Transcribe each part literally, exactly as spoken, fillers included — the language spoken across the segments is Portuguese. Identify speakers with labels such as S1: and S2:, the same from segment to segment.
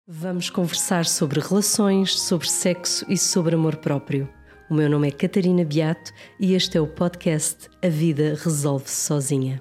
S1: Vamos conversar sobre relações, sobre sexo e sobre amor próprio. O meu nome é Catarina Beato e este é o podcast A Vida Resolve-se Sozinha.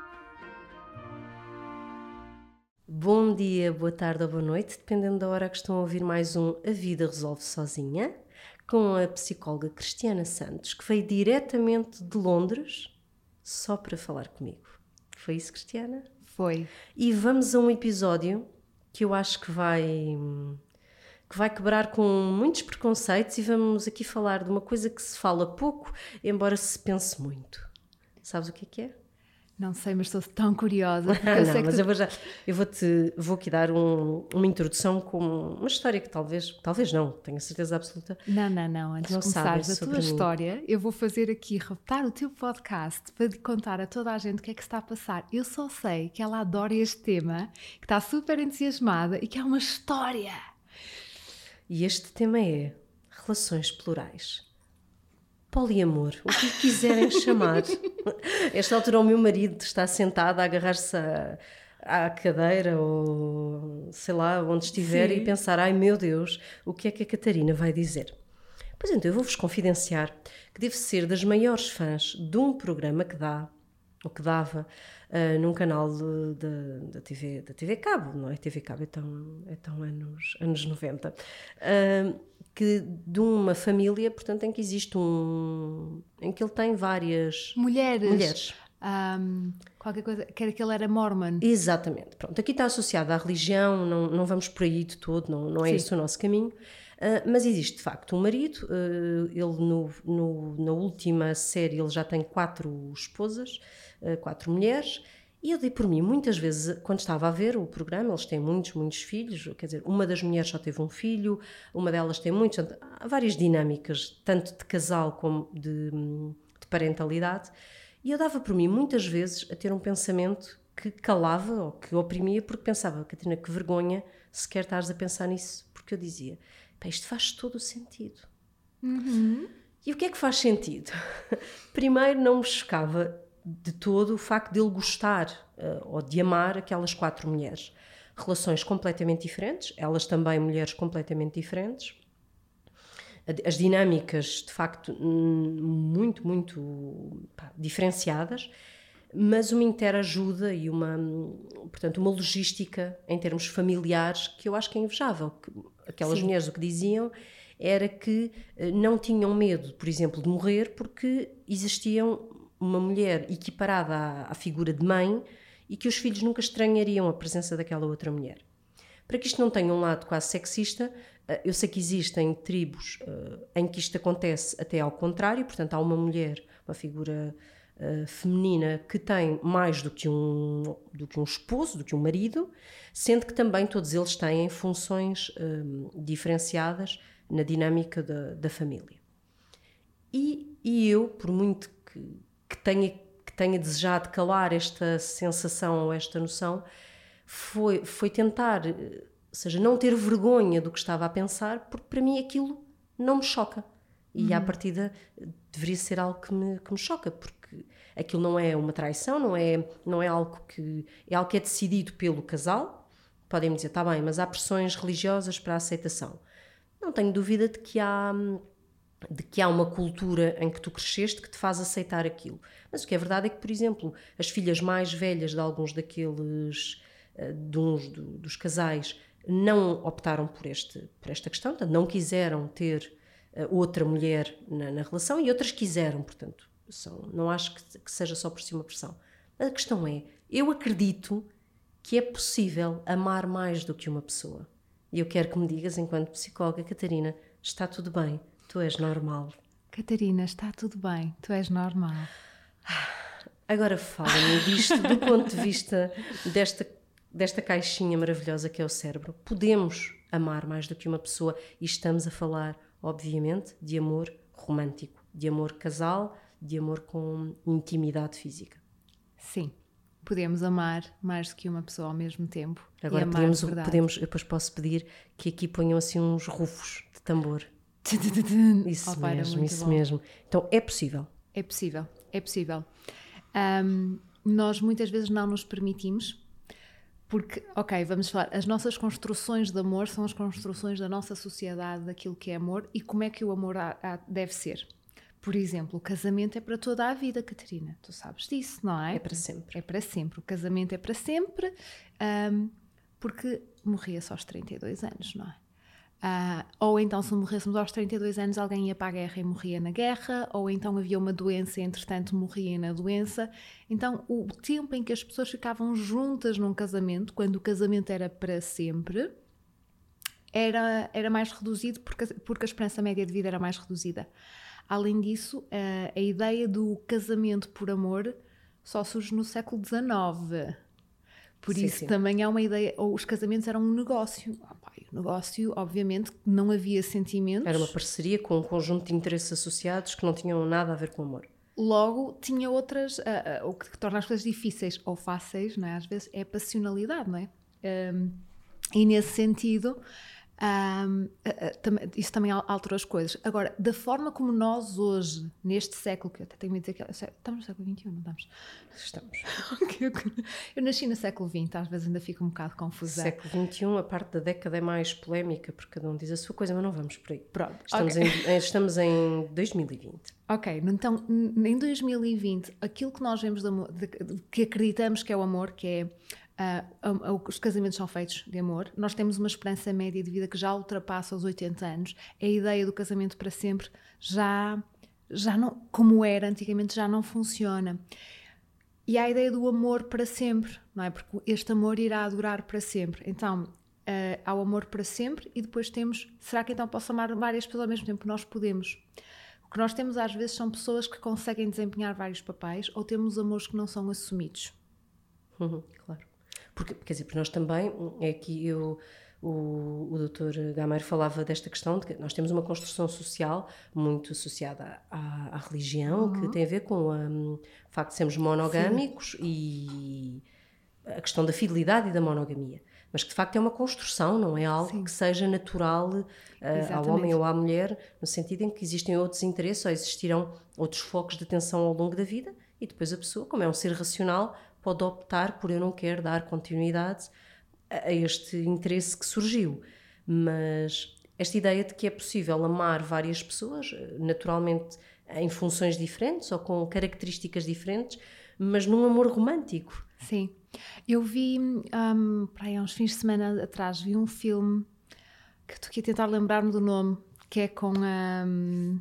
S1: Bom dia, boa tarde ou boa noite, dependendo da hora que estão a ouvir mais um A Vida Resolve-se Sozinha, com a psicóloga Cristiana Santos, que veio diretamente de Londres só para falar comigo. Foi isso, Cristiana?
S2: Foi.
S1: E vamos a um episódio que eu acho que vai, que vai quebrar com muitos preconceitos e vamos aqui falar de uma coisa que se fala pouco, embora se pense muito. Sabes o que é que é?
S2: Não sei, mas estou tão curiosa.
S1: Ah,
S2: eu
S1: não,
S2: sei
S1: mas
S2: que tu...
S1: eu vou já, eu vou-te, vou aqui dar um, uma introdução com uma história que talvez, talvez não, tenho a certeza absoluta.
S2: Não, não, não. Antes
S1: não
S2: de começares a
S1: sobre
S2: tua
S1: mim.
S2: história, eu vou fazer aqui, repetir o teu podcast para contar a toda a gente o que é que se está a passar. Eu só sei que ela adora este tema, que está super entusiasmada e que é uma história.
S1: E este tema é relações plurais. Poliamor, o que quiserem chamar. Esta altura o meu marido está sentado a agarrar-se à, à cadeira ou sei lá, onde estiver. Sim. E pensar, ai meu Deus, o que é que a Catarina vai dizer? Pois então, eu vou-vos confidenciar que devo ser das maiores fãs de um programa que dá, ou que dava, uh, num canal de, de, da, T V, da T V Cabo, não é? T V Cabo é tão, é tão anos, anos noventa. Uh, que de uma família, portanto, em que existe um... em que ele tem várias...
S2: Mulheres.
S1: Mulheres.
S2: Um, qualquer coisa, que era que ele era mormon.
S1: Exatamente. Pronto, aqui está associado à religião, não, não vamos por aí de todo, não, não é
S2: Sim.
S1: esse o nosso caminho. Uh, mas existe, de facto, um marido. Uh, ele, no, no, na última série, ele já tem quatro esposas, uh, quatro mulheres. E eu dei por mim, muitas vezes, quando estava a ver o programa, eles têm muitos, muitos filhos, quer dizer, uma das mulheres só teve um filho, uma delas tem muitos, há várias dinâmicas, tanto de casal como de, de parentalidade, e eu dava por mim, muitas vezes, a ter um pensamento que calava ou que oprimia, porque pensava, Catarina, que vergonha sequer estares a pensar nisso, porque eu dizia, pá, isto faz todo o sentido.
S2: Uhum.
S1: E o que é que faz sentido? Primeiro, não me chocava de todo o facto de ele gostar uh, ou de amar aquelas quatro mulheres. Relações completamente diferentes, elas também mulheres completamente diferentes. As dinâmicas, de facto, muito, muito pá, diferenciadas, mas uma interajuda e uma, portanto, uma logística em termos familiares que eu acho que é invejável. Aquelas Sim. mulheres o que diziam era que não tinham medo, por exemplo, de morrer porque existiam uma mulher equiparada à, à figura de mãe e que os filhos nunca estranhariam a presença daquela outra mulher. Para que isto não tenha um lado quase sexista, eu sei que existem tribos uh, em que isto acontece até ao contrário, portanto há uma mulher, uma figura uh, feminina que tem mais do que, um, do que um esposo, do que um marido, sendo que também todos eles têm funções um, diferenciadas na dinâmica da, da família. E, e eu, por muito que que tenha, que tenha desejado calar esta sensação ou esta noção, foi, foi tentar, ou seja, não ter vergonha do que estava a pensar, porque para mim aquilo não me choca. E uhum. à partida deveria ser algo que me, que me choca, porque aquilo não é uma traição, não é, não é algo que... é algo que é decidido pelo casal. Podem-me dizer, está bem, mas há pressões religiosas para a aceitação. Não tenho dúvida de que há... de que há uma cultura em que tu cresceste que te faz aceitar aquilo. Mas o que é verdade é que, por exemplo, as filhas mais velhas de alguns daqueles, de uns do, dos casais, não optaram por, este, por esta questão, portanto, não quiseram ter outra mulher na, na relação e outras quiseram, portanto, são, não acho que, que seja só por si uma pressão. A questão é, eu acredito que é possível amar mais do que uma pessoa. E eu quero que me digas, enquanto psicóloga, Catarina, está tudo bem? Tu és normal.
S2: Catarina, está tudo bem. Tu és normal.
S1: Agora fala-me disto do ponto de vista desta, desta caixinha maravilhosa que é o cérebro. Podemos amar mais do que uma pessoa e estamos a falar, obviamente, de amor romântico, de amor casal, de amor com intimidade física.
S2: Sim. Podemos amar mais do que uma pessoa ao mesmo tempo.
S1: Agora
S2: e amar
S1: podemos,
S2: de verdade.
S1: podemos, eu depois posso pedir que aqui ponham assim uns rufos de tambor. Isso
S2: oh, pai,
S1: mesmo, isso
S2: bom.
S1: mesmo. Então é possível.
S2: É possível, é possível. Um, nós muitas vezes não nos permitimos Porque, ok, vamos falar, as nossas construções de amor são as construções da nossa sociedade, daquilo que é amor e como é que o amor há, há, deve ser. Por exemplo, o casamento é para toda a vida, Catarina. Tu sabes disso, não é?
S1: É para sempre.
S2: É para sempre. O casamento é para sempre, um, porque morria-se aos trinta e dois anos, não é? Uh, ou então, se morrêssemos aos trinta e dois anos, alguém ia para a guerra e morria na guerra, ou então havia uma doença e, entretanto, morria na doença. Então, o tempo em que as pessoas ficavam juntas num casamento, quando o casamento era para sempre, era, era mais reduzido porque, porque a esperança média de vida era mais reduzida. Além disso, a, a ideia do casamento por amor só surge no século dezenove. Por
S1: sim,
S2: isso
S1: sim.
S2: também é uma ideia, ou os casamentos eram um negócio. Ah, pá, o negócio, obviamente, não havia sentimentos.
S1: Era uma parceria com um conjunto de interesses associados que não tinham nada a ver com o amor.
S2: Logo, tinha outras, uh, uh, o que torna as coisas difíceis ou fáceis, não é? Às vezes, é a passionalidade, não é? Um, e nesse sentido... Um, uh, uh, isso também alterou as coisas. Agora, da forma como nós hoje, neste século, que eu até tenho de dizer que estamos no século vinte e um, não estamos?
S1: Estamos.
S2: Eu nasci no século vinte, às vezes ainda fico um bocado confusa.
S1: Século vinte e um, a parte da década é mais polémica, porque cada um diz a sua coisa, mas não vamos por aí.
S2: Pronto,
S1: estamos,
S2: okay.
S1: em, estamos em dois mil e vinte.
S2: Ok, então em dois mil e vinte, aquilo que nós vemos de amor, de, de, que acreditamos que é o amor, que é Uh, uh, os casamentos são feitos de amor, nós temos uma esperança média de vida que já ultrapassa os oitenta anos, a ideia do casamento para sempre já, já não, como era antigamente, já não funciona. E há a ideia do amor para sempre, não é? Porque este amor irá durar para sempre. Então, uh, há o amor para sempre e depois temos, será que então posso amar várias pessoas ao mesmo tempo? Nós podemos. O que nós temos às vezes são pessoas que conseguem desempenhar vários papéis ou temos amores que não são assumidos.
S1: Uhum, claro. Porque, quer dizer, para nós também, é que eu, o, o doutor Gameiro falava desta questão de que nós temos uma construção social muito associada à, à religião, uhum. que tem a ver com um, o facto de sermos monogâmicos Sim. e a questão da fidelidade e da monogamia. Mas que de facto é uma construção, não é algo Sim. que seja natural uh, ao homem ou à mulher, no sentido em que existem outros interesses ou existirão outros focos de atenção ao longo da vida e depois a pessoa, como é um ser racional, pode optar por eu não quero dar continuidade a este interesse que surgiu. Mas esta ideia de que é possível amar várias pessoas, naturalmente em funções diferentes ou com características diferentes, mas num amor romântico.
S2: Sim. Eu vi, um, para aí, há uns fins de semana atrás, vi um filme que estou aqui a tentar lembrar-me do nome, que é com a... Um,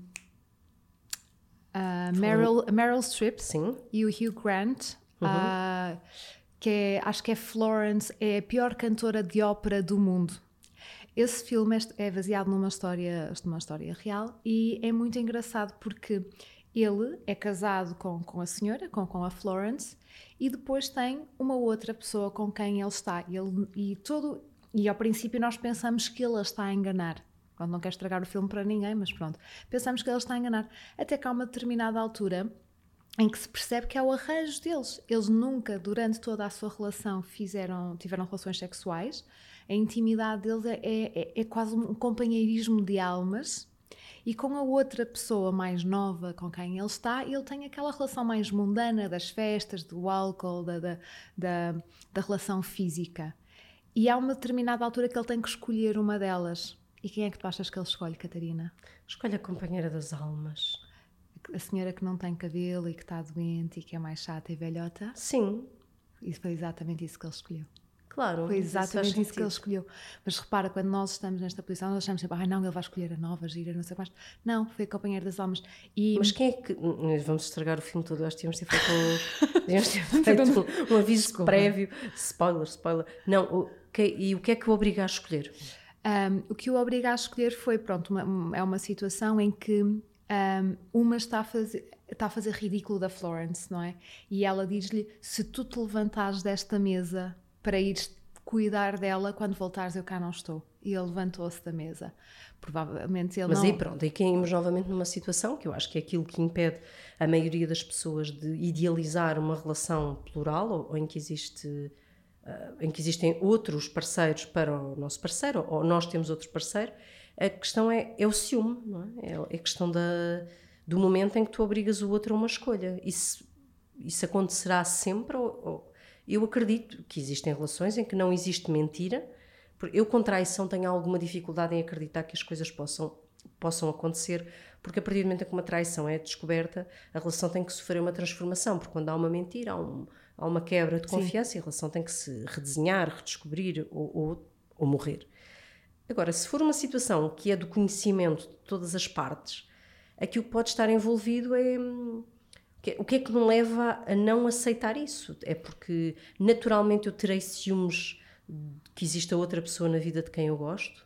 S2: a Meryl, a Meryl Streep
S1: Sim.
S2: e o Hugh Grant. Uhum. Uh, que é, acho que é Florence, é a pior cantora de ópera do mundo. Esse filme é, é baseado numa história, numa história real e é muito engraçado porque ele é casado com, com a senhora, com, com a Florence, e depois tem uma outra pessoa com quem ele está. Ele, e, todo, e ao princípio nós pensamos que ele a está a enganar. Pronto, não quero estragar o filme para ninguém, mas pronto. Pensamos que ele está a enganar. Até que há uma determinada altura em que se percebe que é o arranjo deles. Eles nunca, durante toda a sua relação, fizeram, tiveram relações sexuais. A intimidade deles é, é, é quase um companheirismo de almas. E com a outra pessoa mais nova com quem ele está, ele tem aquela relação mais mundana das festas, do álcool, da, da, da, da relação física. E há uma determinada altura que ele tem que escolher uma delas. E quem é que tu achas que ele escolhe, Catarina?
S1: Escolhe a companheira das almas.
S2: A senhora que não tem cabelo e que está doente e que é mais chata e velhota?
S1: Sim.
S2: Isso foi exatamente isso que ele escolheu.
S1: Claro.
S2: Foi exatamente isso, isso que ele escolheu. Mas repara, quando nós estamos nesta posição, nós achamos sempre, ah não, ele vai escolher a nova, gira, não sei mais. Não, foi a companheira das almas. E...
S1: Mas quem é que... Vamos estragar o filme todo, acho que tínhamos ter feito um, tínhamos ter feito um, um aviso Desculpa. prévio. Spoiler, spoiler. Não, o que, e o que é que o obriga a escolher?
S2: Um, o que o obriga a escolher foi, pronto, uma, é uma situação em que Um, uma está a, fazer, está a fazer ridículo da Florence, não é? E ela diz-lhe, se tu te levantares desta mesa para ires cuidar dela, quando voltares eu cá não estou. E ele levantou-se da mesa. Provavelmente ele
S1: Mas
S2: não...
S1: aí pronto, aí caímos novamente numa situação que eu acho que é aquilo que impede a maioria das pessoas de idealizar uma relação plural ou, ou em que existe... Uh, em que existem outros parceiros para o nosso parceiro, ou nós temos outro parceiro. A questão é, é o ciúme, não é? É a questão da, do momento em que tu obrigas o outro a uma escolha. Isso, isso acontecerá sempre? Ou, ou, Eu acredito que existem relações em que não existe mentira. Eu com traição tenho alguma dificuldade em acreditar que as coisas possam, possam acontecer, porque a partir do momento em que uma traição é descoberta, a relação tem que sofrer uma transformação, porque quando há uma mentira, há, um, há uma quebra de confiança. Sim. E a relação tem que se redesenhar, redescobrir ou, ou, ou morrer. Agora, se for uma situação que é do conhecimento de todas as partes, aqui o que pode estar envolvido é... O que é que me leva a não aceitar isso? É porque naturalmente eu terei ciúmes que exista outra pessoa na vida de quem eu gosto?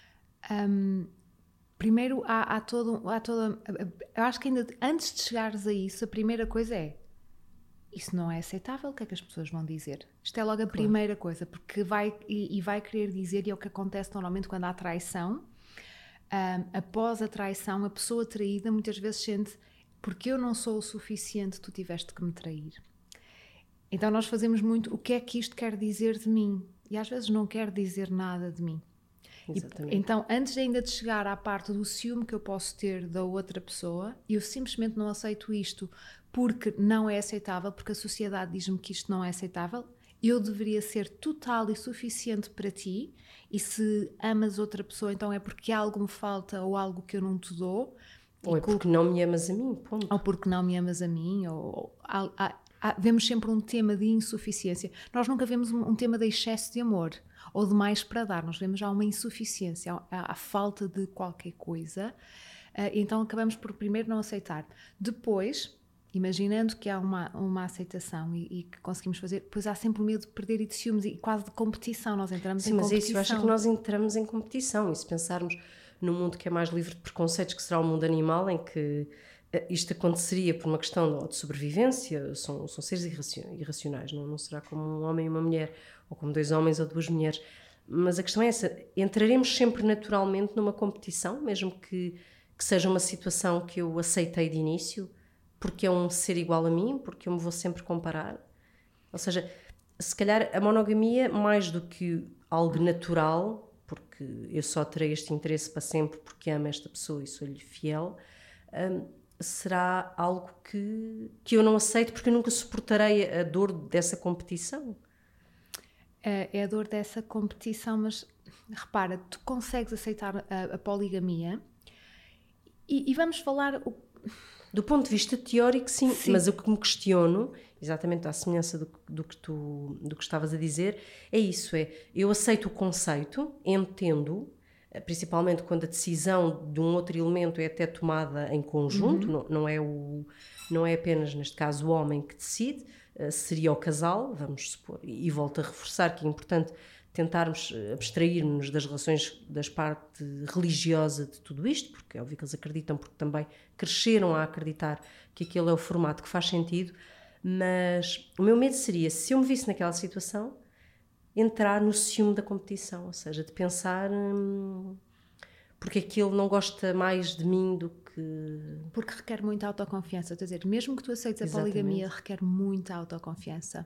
S2: Um, primeiro, há, há todo... Há toda, eu acho que ainda antes de chegares a isso, a primeira coisa é: isso não é aceitável, o que é que as pessoas vão dizer? Isto é logo a claro. primeira coisa, porque vai, e, e vai querer dizer, e é o que acontece normalmente quando há traição, um, após a traição, a pessoa traída muitas vezes sente: porque eu não sou o suficiente, tu tiveste que me trair. Então nós fazemos muito, o que é que isto quer dizer de mim? E às vezes não quer dizer nada de mim.
S1: Exatamente.
S2: E, então, antes ainda de chegar à parte do ciúme que eu posso ter da outra pessoa, eu simplesmente não aceito isto porque não é aceitável, porque a sociedade diz-me que isto não é aceitável. Eu deveria ser total e suficiente para ti, e se amas outra pessoa, então é porque algo me falta ou algo que eu não te dou.
S1: Ou é porque não me amas a mim, ponto.
S2: Ou porque não me amas a mim, ou, ou há, há, há, vemos sempre um tema de insuficiência. Nós nunca vemos um, um tema de excesso de amor, ou de mais para dar. Nós vemos já uma insuficiência, a, a falta de qualquer coisa. Uh, então acabamos por primeiro não aceitar. Depois, imaginando que há uma, uma aceitação e, e que conseguimos fazer, depois há sempre o medo de perder e de ciúmes e quase de competição. Nós entramos
S1: Sim,
S2: em
S1: mas
S2: competição.
S1: é isso, eu acho que nós entramos em competição. E se pensarmos num mundo que é mais livre de preconceitos, que será o mundo animal, em que isto aconteceria por uma questão de sobrevivência, são, são seres irracionais, não, não será como um homem e uma mulher, ou como dois homens ou duas mulheres. Mas a questão é essa: entraremos sempre naturalmente numa competição, mesmo que, que seja uma situação que eu aceitei de início, porque é um ser igual a mim, porque eu me vou sempre comparar. Ou seja, se calhar a monogamia, mais do que algo natural, porque eu só terei este interesse para sempre porque amo esta pessoa e sou-lhe fiel, um, será algo que, que eu não aceito, porque eu nunca suportarei a dor dessa competição.
S2: É, é a dor dessa competição, mas repara, tu consegues aceitar a, a poligamia e, e vamos falar... O...
S1: Do ponto de vista teórico, sim,
S2: sim.
S1: Mas o que me questiono, exatamente à semelhança do, do, que tu, do que estavas a dizer, é isso, é, eu aceito o conceito, entendo, principalmente quando a decisão de um outro elemento é até tomada em conjunto, uhum. não, não, é o, não é apenas, neste caso, o homem que decide, seria o casal, vamos supor, e, e volto a reforçar que é importante tentarmos abstrair-nos das relações, das parte religiosa de tudo isto, porque é óbvio que eles acreditam, porque também cresceram a acreditar que aquele é o formato que faz sentido, mas o meu medo seria, se eu me visse naquela situação, entrar no ciúme da competição, ou seja, de pensar hum, porque é que ele não gosta mais de mim do que...
S2: Porque requer muita autoconfiança, quer dizer, mesmo que tu aceites a Exatamente. Poligamia, requer muita autoconfiança.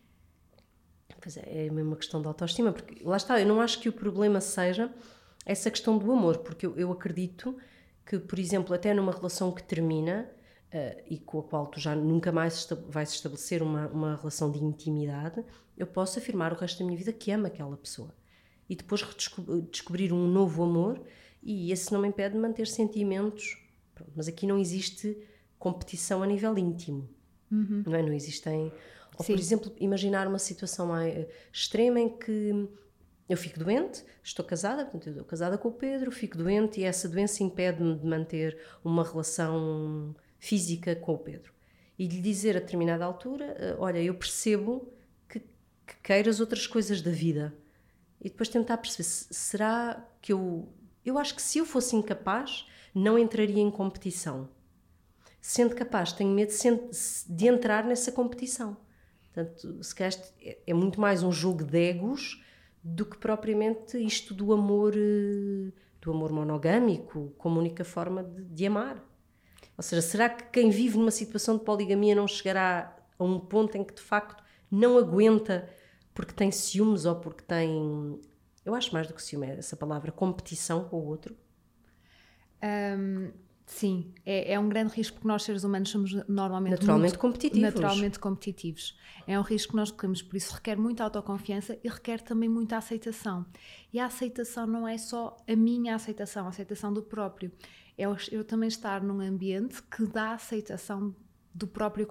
S1: Pois é, é mesmo uma questão de autoestima, porque lá está, eu não acho que o problema seja essa questão do amor, porque eu, eu acredito que, por exemplo, até numa relação que termina uh, e com a qual tu já nunca mais vais estabelecer uma, uma relação de intimidade, eu posso afirmar o resto da minha vida que amo aquela pessoa e depois redesco- descobrir um novo amor, e esse não me impede de manter sentimentos. Pronto, mas aqui não existe competição a nível íntimo,
S2: uhum.
S1: não é? Não existem... Ou,
S2: Sim.
S1: por exemplo, imaginar uma situação mais extrema em que eu fico doente, estou casada, portanto, eu estou casada com o Pedro, fico doente e essa doença impede-me de manter uma relação física com o Pedro. E lhe dizer a determinada altura, olha, eu percebo que, que queiras outras coisas da vida. E depois tentar perceber, será que eu... Eu acho que se eu fosse incapaz, não entraria em competição. Sendo capaz, tenho medo de, de entrar nessa competição. Portanto, se calhar é muito mais um jogo de egos do que propriamente isto do amor, do amor monogâmico como única forma de, de amar. Ou seja, será que quem vive numa situação de poligamia não chegará a um ponto em que de facto não aguenta porque tem ciúmes ou porque tem... Eu acho mais do que ciúme, essa palavra, competição com o outro.
S2: Um, Sim, é, é um grande risco porque nós seres humanos somos normalmente
S1: naturalmente
S2: muito,
S1: competitivos.
S2: naturalmente competitivos. É um risco que nós corremos, por isso requer muita autoconfiança e requer também muita aceitação. E a aceitação não é só a minha aceitação, a aceitação do próprio. É eu, eu também estar num ambiente que dá aceitação do próprio,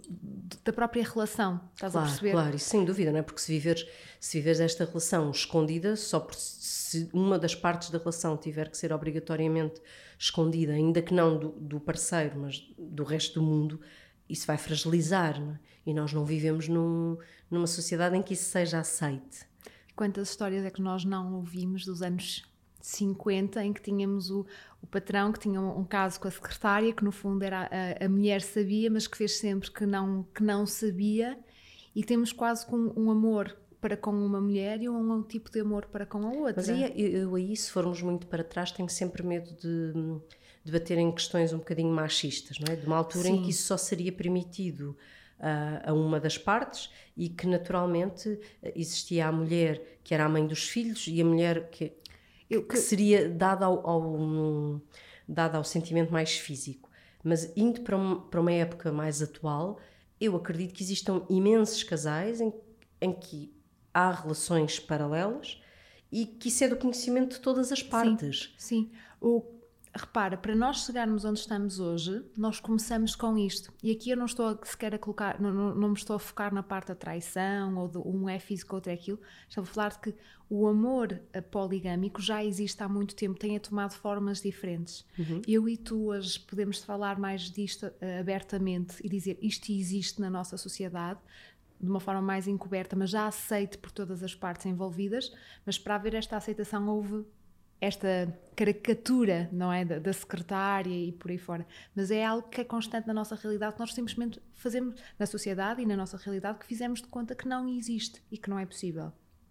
S2: da própria relação, estás
S1: claro,
S2: a perceber?
S1: Claro, isso sem dúvida, não é? Porque se viveres, se viveres esta relação escondida, só por, se uma das partes da relação tiver que ser obrigatoriamente escondida, ainda que não do, do parceiro, mas do resto do mundo, isso vai fragilizar, não é? E nós não vivemos num, numa sociedade em que isso seja aceite.
S2: Quantas histórias é que nós não ouvimos dos anos cinquenta, em que tínhamos o, o patrão que tinha um, um caso com a secretária, que no fundo era a, a mulher sabia, mas que fez sempre que não, que não sabia, e temos quase com um amor para com uma mulher e um, um tipo de amor para com a outra.
S1: Mas aí, eu aí, se formos muito para trás, tenho sempre medo de, de bater em questões um bocadinho machistas, não é? De uma altura Sim. em que isso só seria permitido a, a uma das partes e que naturalmente existia a mulher que era a mãe dos filhos e a mulher que... Eu, que, que seria dada ao, ao, dada ao sentimento mais físico. Mas indo para, um, para uma época mais atual, eu acredito que existam imensos casais em, em que há relações paralelas e que isso é do conhecimento de todas as partes.
S2: Sim, sim. O, repara, para nós chegarmos onde estamos hoje, nós começamos com isto. E aqui eu não estou sequer a colocar, não, não, não me estou a focar na parte da traição, ou de um é físico, outro é aquilo. Estou a falar de que o amor poligâmico já existe há muito tempo, tem tomado formas diferentes. Uhum. Eu e tu hoje podemos falar mais disto uh, abertamente e dizer isto existe na nossa sociedade, de uma forma mais encoberta, mas já aceite por todas as partes envolvidas, mas para haver esta aceitação houve esta caricatura, não é, da, da secretária e por aí fora, mas é algo que é constante na nossa realidade, que nós simplesmente fazemos na sociedade e na nossa realidade, que fizemos de conta que não existe e que não é possível.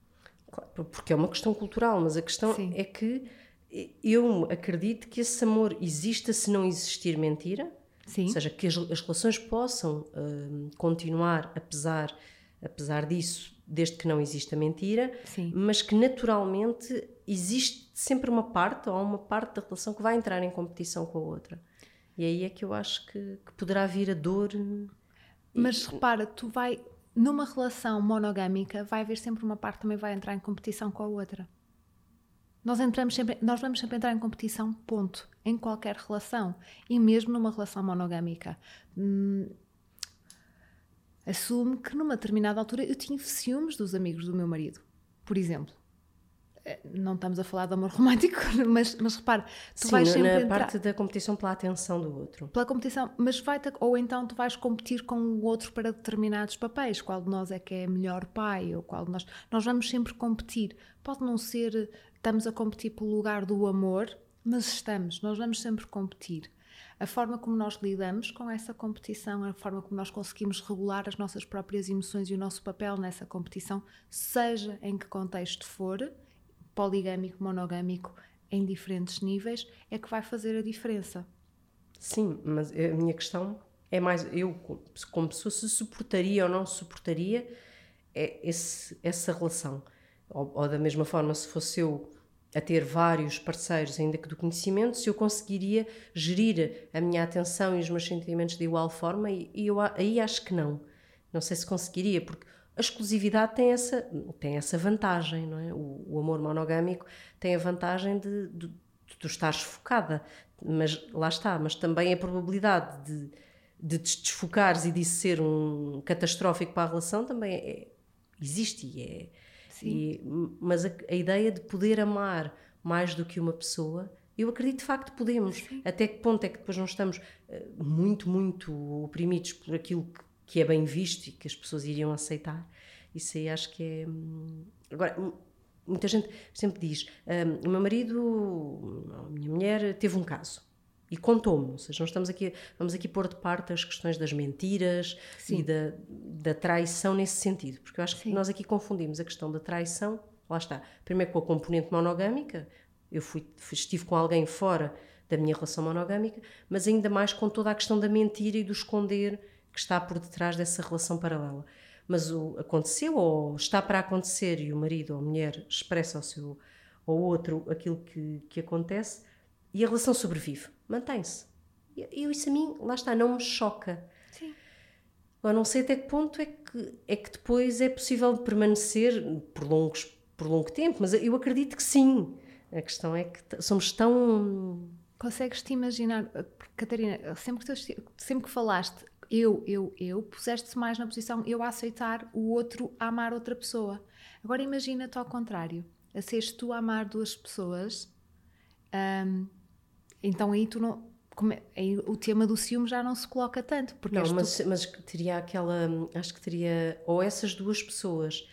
S1: Claro, porque é uma questão cultural, mas a questão Sim. é que eu acredito que esse amor exista se não existir mentira. Sim. Ou seja, que as, as relações possam uh, continuar apesar, apesar disso, desde que não exista mentira, Sim. mas que naturalmente existe sempre uma parte, ou uma parte da relação que vai entrar em competição com a outra. E aí é que eu acho que, que poderá vir a dor.
S2: Mas e... repara, tu vai, numa relação monogâmica, vai haver sempre uma parte que também vai entrar em competição com a outra. Nós, entramos sempre, nós vamos sempre entrar em competição, ponto, em qualquer relação, e mesmo numa relação monogâmica. Hum, assume que numa determinada altura eu tinha ciúmes dos amigos do meu marido, por exemplo. Não estamos a falar de amor romântico, mas, mas repara, tu
S1: Sim,
S2: vais
S1: na,
S2: sempre
S1: na
S2: entrar...
S1: parte da competição pela atenção do outro.
S2: Pela competição, mas vai ou então tu vais competir com o outro para determinados papéis, qual de nós é que é melhor pai, ou qual de nós... Nós vamos sempre competir. Pode não ser, estamos a competir pelo lugar do amor, mas estamos, nós vamos sempre competir. A forma como nós lidamos com essa competição, a forma como nós conseguimos regular as nossas próprias emoções e o nosso papel nessa competição, seja em que contexto for, poligâmico, monogâmico, em diferentes níveis, é que vai fazer a diferença.
S1: Sim, mas a minha questão é mais, eu como pessoa, se suportaria ou não suportaria é esse, essa relação. Ou, ou da mesma forma, se fosse eu a ter vários parceiros, ainda que do conhecimento, se eu conseguiria gerir a minha atenção e os meus sentimentos de igual forma, e, e eu aí acho que não. Não sei se conseguiria, porque a exclusividade tem essa, tem essa vantagem, não é? O, o amor monogâmico tem a vantagem de, de, de tu estares focada, mas lá está, mas também a probabilidade de, de te desfocares e disso ser um catastrófico para a relação também é, existe e é... E, mas a, a ideia de poder amar mais do que uma pessoa, eu acredito de facto que podemos. Sim. Até que ponto é que depois não estamos uh, muito, muito oprimidos por aquilo que, que é bem visto e que as pessoas iriam aceitar. Isso aí acho que é... Hum, agora, muita gente sempre diz, um, o meu marido, a minha mulher teve um caso e contou-me, ou seja, não estamos aqui, vamos aqui pôr de parte as questões das mentiras Sim. e da, da traição nesse sentido, porque eu acho Sim. que nós aqui confundimos a questão da traição, lá está, primeiro com a componente monogâmica, eu fui, fui, estive com alguém fora da minha relação monogâmica, mas ainda mais com toda a questão da mentira e do esconder que está por detrás dessa relação paralela. Mas o, aconteceu ou está para acontecer e o marido ou a mulher expressa ao seu ao outro aquilo que, que acontece e a relação sobrevive, mantém-se. E eu, isso a mim, lá está, não me choca.
S2: Sim.
S1: Eu não sei até que ponto é que, é que depois é possível permanecer por, longos, por longo tempo, mas eu acredito que sim. A questão é que somos tão...
S2: Consegues-te imaginar, Catarina, sempre que, tu, sempre que falaste eu, eu, eu, puseste-se mais na posição eu a aceitar o outro a amar outra pessoa. Agora imagina-te ao contrário, a seres tu a amar duas pessoas, hum, então aí tu não... Como é, aí o tema do ciúme já não se coloca tanto. Porque
S1: não, mas,
S2: tu...
S1: mas teria aquela... Acho que teria... Ou essas duas pessoas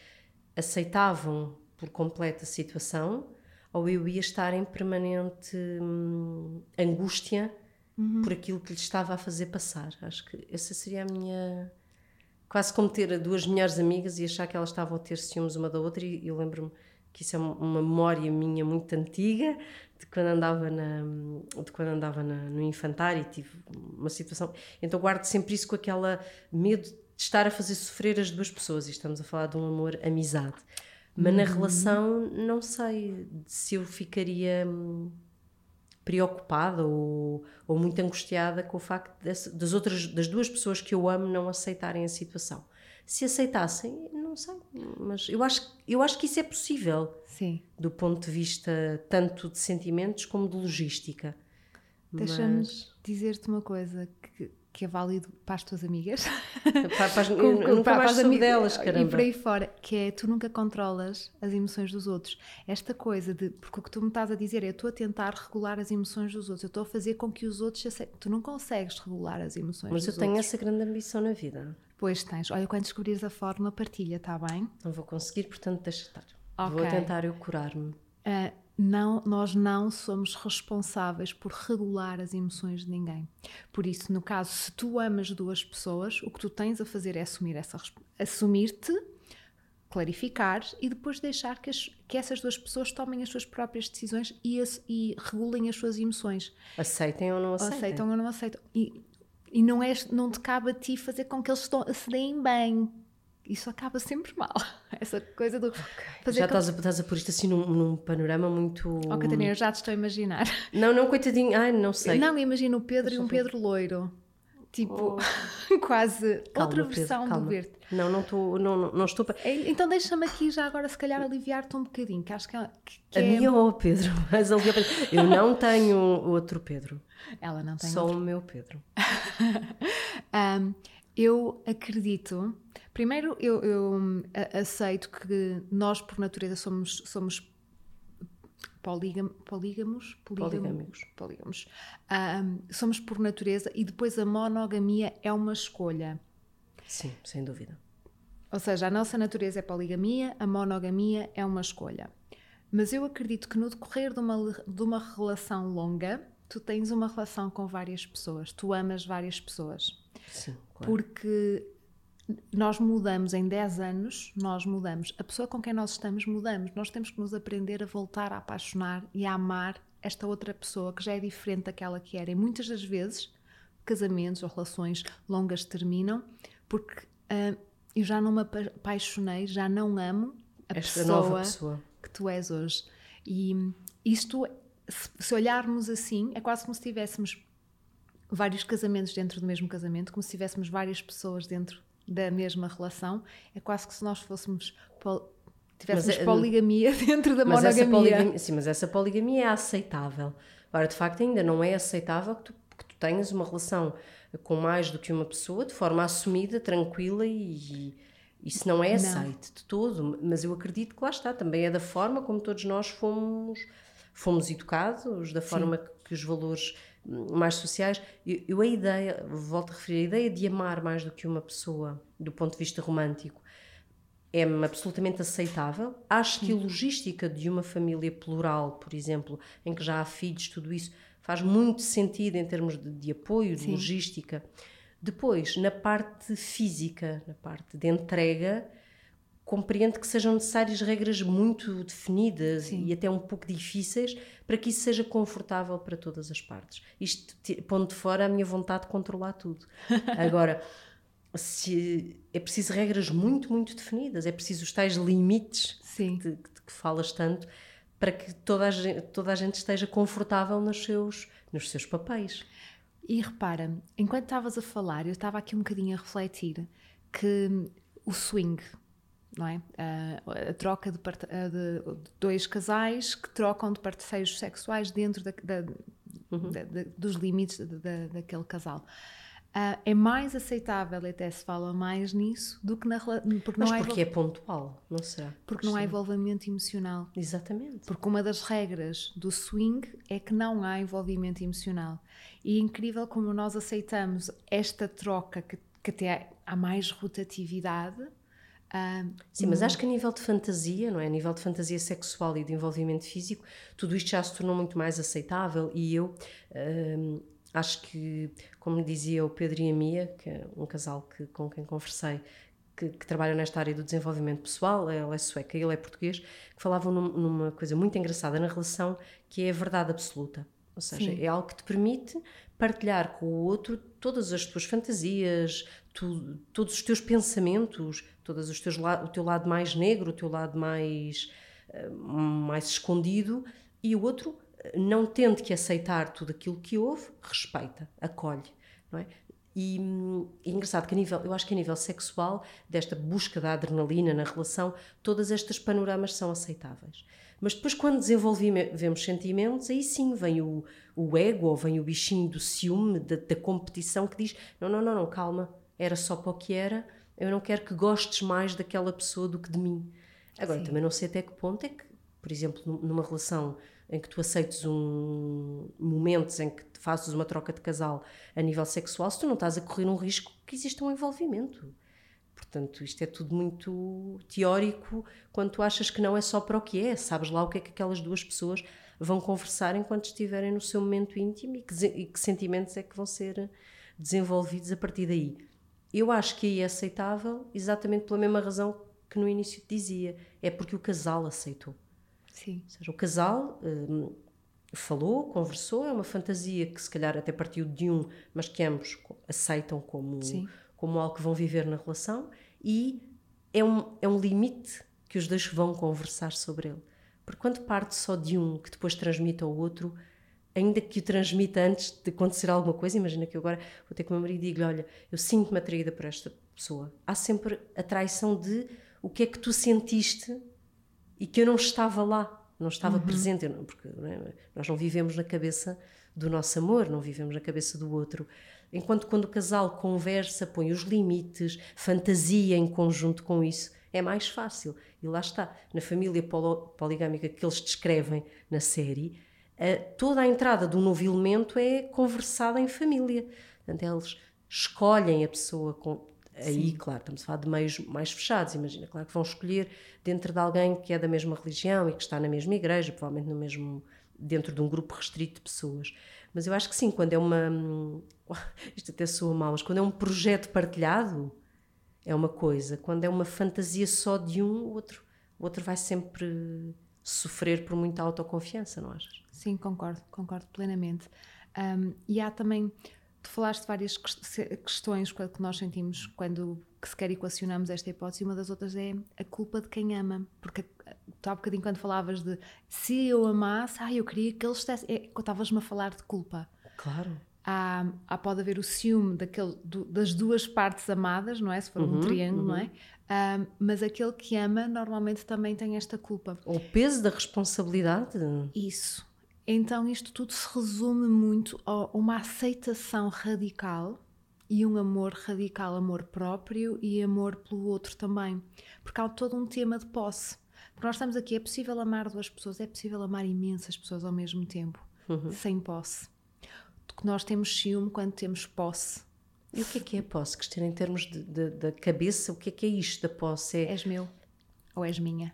S1: aceitavam por completo a situação, ou eu ia estar em permanente hum, angústia uhum. por aquilo que lhe estava a fazer passar. Acho que essa seria a minha... Quase como ter duas melhores amigas e achar que elas estavam a ter ciúmes uma da outra, e eu lembro-me que isso é uma memória minha muito antiga, de quando andava, na, de quando andava na, no infantário e tive uma situação... Então guardo sempre isso com aquela medo de estar a fazer sofrer as duas pessoas, e estamos a falar de um amor, amizade. Mas uhum. na relação, não sei se eu ficaria hum, preocupada ou, ou muito angustiada com o facto desse, das, outras, das duas pessoas que eu amo não aceitarem a situação. Se aceitassem, não sei, mas eu acho, eu acho que isso é possível.
S2: Sim.
S1: Do ponto de vista tanto de sentimentos como de logística.
S2: Deixa-me
S1: mas...
S2: dizer-te uma coisa que, que é válido para as tuas amigas.
S1: Para, para as, eu, eu nunca para, mais para soube delas, caramba.
S2: E por aí fora, que é, tu nunca controlas as emoções dos outros. Esta coisa de, porque o que tu me estás a dizer é, eu estou a tentar regular as emoções dos outros, eu estou a fazer com que os outros aceitem. Tu não consegues regular as emoções
S1: mas
S2: dos outros.
S1: Mas eu tenho essa grande ambição na vida.
S2: Pois tens. Olha, quando descobrires a forma, partilha, está bem?
S1: Não vou conseguir, portanto deixa estar.
S2: Okay.
S1: Vou tentar eu curar-me.
S2: Uh, não, nós não somos responsáveis por regular as emoções de ninguém. Por isso, no caso, se tu amas duas pessoas, o que tu tens a fazer é assumir essa, assumir-te, clarificar e depois deixar que, as, que essas duas pessoas tomem as suas próprias decisões e, as, e regulem as suas emoções.
S1: Aceitem ou não aceitem.
S2: Aceitam ou não aceitam. E, e não, é, não te cabe a ti fazer com que eles se deem bem. Isso acaba sempre mal. Essa coisa do...
S1: Okay. Fazer já com... estás, a, estás a pôr isto assim num, num panorama muito...
S2: Oh, Catarina, eu já te estou a imaginar.
S1: Não, não, coitadinho. Ai, não sei.
S2: Não, imagino o Pedro e um Pedro loiro. Tipo, oh. quase calma, outra versão
S1: Pedro,
S2: do verde.
S1: Não, não estou... Não, não, não estou...
S2: Então deixa-me aqui já agora, se calhar, aliviar-te um bocadinho, que acho que, que, que
S1: a
S2: é...
S1: minha ou o Pedro? Mas eu não tenho outro Pedro.
S2: Ela não tem
S1: Só
S2: outro.
S1: o meu Pedro.
S2: um, eu acredito... Primeiro, eu, eu aceito que nós, por natureza, somos, somos polígam, polígamos,
S1: polígamos,
S2: polígamos. Um, somos por natureza, e depois a monogamia é uma escolha.
S1: Sim, sem dúvida.
S2: Ou seja, a nossa natureza é poligamia, a monogamia é uma escolha. Mas eu acredito que no decorrer de uma, de uma relação longa, tu tens uma relação com várias pessoas, tu amas várias pessoas.
S1: Sim, claro.
S2: Porque... nós mudamos em dez anos, nós mudamos. A pessoa com quem nós estamos, mudamos. Nós temos que nos aprender a voltar a apaixonar e a amar esta outra pessoa que já é diferente daquela que era. E muitas das vezes, casamentos ou relações longas terminam porque uh, eu já não me apaixonei, já não amo a
S1: esta
S2: pessoa,
S1: nova pessoa
S2: que tu és hoje. E isto, se olharmos assim, é quase como se tivéssemos vários casamentos dentro do mesmo casamento, como se tivéssemos várias pessoas dentro da mesma relação. É quase que se nós fôssemos pol... tivéssemos mas, poligamia dentro da
S1: mas
S2: monogamia.
S1: Essa poligamia. Sim, mas essa poligamia é aceitável. Agora, de facto, ainda não é aceitável que tu, que tu tenhas uma relação com mais do que uma pessoa de forma assumida, tranquila, e isso não é aceito não. de todo. Mas eu acredito que lá está, também é da forma como todos nós fomos, fomos educados, da forma que, que os valores mais sociais. Eu, eu a ideia, volto a referir, a ideia de amar mais do que uma pessoa do ponto de vista romântico é-me absolutamente aceitável. Acho que a logística de uma família plural, por exemplo, em que já há filhos, tudo isso faz muito sentido em termos de, de apoio, de Sim. logística. Depois, na parte física, na parte de entrega, compreendo que sejam necessárias regras muito definidas Sim. e até um pouco difíceis para que isso seja confortável para todas as partes. Isto pondo de fora a minha vontade de controlar tudo. Agora, se é preciso regras muito, muito definidas, é preciso os tais limites Sim. de, de que falas tanto, para que toda a gente, toda a gente esteja confortável nos seus, nos seus papéis.
S2: e repara, enquanto estavas a falar, eu estava aqui um bocadinho a refletir que o swing, não é? A, a troca de, part... de dois casais que trocam de parceiros sexuais dentro da, da, uhum. da, da, dos limites da, da, daquele casal. Uh, é mais aceitável, até se fala mais nisso do que na
S1: porque Mas não porque há, é pontual, não será?
S2: Porque não há envolvimento emocional.
S1: Exatamente.
S2: Porque uma das regras do swing é que não há envolvimento emocional. E é incrível como nós aceitamos esta troca que, que até há mais rotatividade. Uh,
S1: Sim, mas acho que a nível de fantasia, não é? A nível de fantasia sexual e de envolvimento físico, tudo isto já se tornou muito mais aceitável e eu... Uh, acho que, como dizia o Pedro e a Mia, que é um casal que, com quem conversei, que, que trabalha nesta área do desenvolvimento pessoal, ela é sueca e ele é português, que falavam num, numa coisa muito engraçada na relação, que é a verdade absoluta. Ou seja, Sim. é algo que te permite partilhar com o outro todas as tuas fantasias, tu, todos os teus pensamentos, todos os teus, o teu lado mais negro, o teu lado mais, mais escondido, e o outro... não tende que aceitar tudo aquilo que houve, respeita, acolhe, não é? E é engraçado que a nível, eu acho que a nível sexual, desta busca da adrenalina na relação, todas estas panoramas são aceitáveis. Mas depois quando desenvolvemos sentimentos, aí sim vem o, o ego, ou vem o bichinho do ciúme, da, da competição, que diz, não, não, não, não, calma, era só para o que era, eu não quero que gostes mais daquela pessoa do que de mim. Agora, sim. também não sei até que ponto é que, por exemplo, numa relação... em que tu aceites um, momentos em que fazes uma troca de casal a nível sexual, se tu não estás a correr um risco que exista um envolvimento. Portanto, isto é tudo muito teórico quando tu achas que não é só para o que é, sabes lá o que é que aquelas duas pessoas vão conversar enquanto estiverem no seu momento íntimo e que, e que sentimentos é que vão ser desenvolvidos a partir daí. Eu acho que aí é aceitável exatamente pela mesma razão que no início te dizia, é porque o casal aceitou.
S2: Sim.
S1: Ou seja, o casal um, falou, conversou, é uma fantasia que se calhar até partiu de um, mas que ambos aceitam como, como algo que vão viver na relação e é um, é um limite que os dois vão conversar sobre ele. Porque quando parte só de um que depois transmite ao outro, ainda que o transmita antes de acontecer alguma coisa, imagina que eu agora vou ter com o meu marido e digo-lhe, olha, eu sinto-me atraída por esta pessoa. Há sempre a traição de o que é que tu sentiste e que eu não estava lá, não estava uhum. presente, não, porque não é? Nós não vivemos na cabeça do nosso amor, não vivemos na cabeça do outro. Enquanto quando o casal conversa, põe os limites, fantasia em conjunto com isso, é mais fácil. E lá está, na família poligâmica que eles descrevem na série, toda a entrada de um novo elemento é conversada em família. Portanto, eles escolhem a pessoa com... Aí, Sim. claro, estamos a falar de meios mais fechados, imagina, claro que vão escolher dentro de alguém que é da mesma religião e que está na mesma igreja, provavelmente no mesmo, dentro de um grupo restrito de pessoas. Mas eu acho que sim, quando é uma... Isto até soa mal, mas quando é um projeto partilhado, é uma coisa. Quando é uma fantasia só de um, o outro, o outro vai sempre sofrer por muita autoconfiança, não achas?
S2: Sim, concordo, concordo plenamente. Um, e há também... Tu falaste de várias questões que nós sentimos quando que sequer equacionamos esta hipótese, e uma das outras é a culpa de quem ama, porque tu há bocadinho quando falavas de se eu amasse, ah, eu queria que ele estivesse, é, estavas-me a falar de culpa.
S1: Claro.
S2: Há, há, pode haver o ciúme daquele, do, das duas partes amadas, não é? Se for uhum, um triângulo, uhum. não é? Um, mas aquele que ama normalmente também tem esta culpa.
S1: O peso da responsabilidade.
S2: Isso. Então isto tudo se resume muito a uma aceitação radical e um amor radical, amor próprio e amor pelo outro também. Porque há todo um tema de posse. Porque nós estamos aqui, é possível amar duas pessoas, é possível amar imensas pessoas ao mesmo tempo, uhum. sem posse. Porque nós temos ciúme quando temos posse.
S1: E o que é que é posse? Cristina, em termos de, de, da cabeça, o que é que é isto da posse? É...
S2: És meu ou és minha.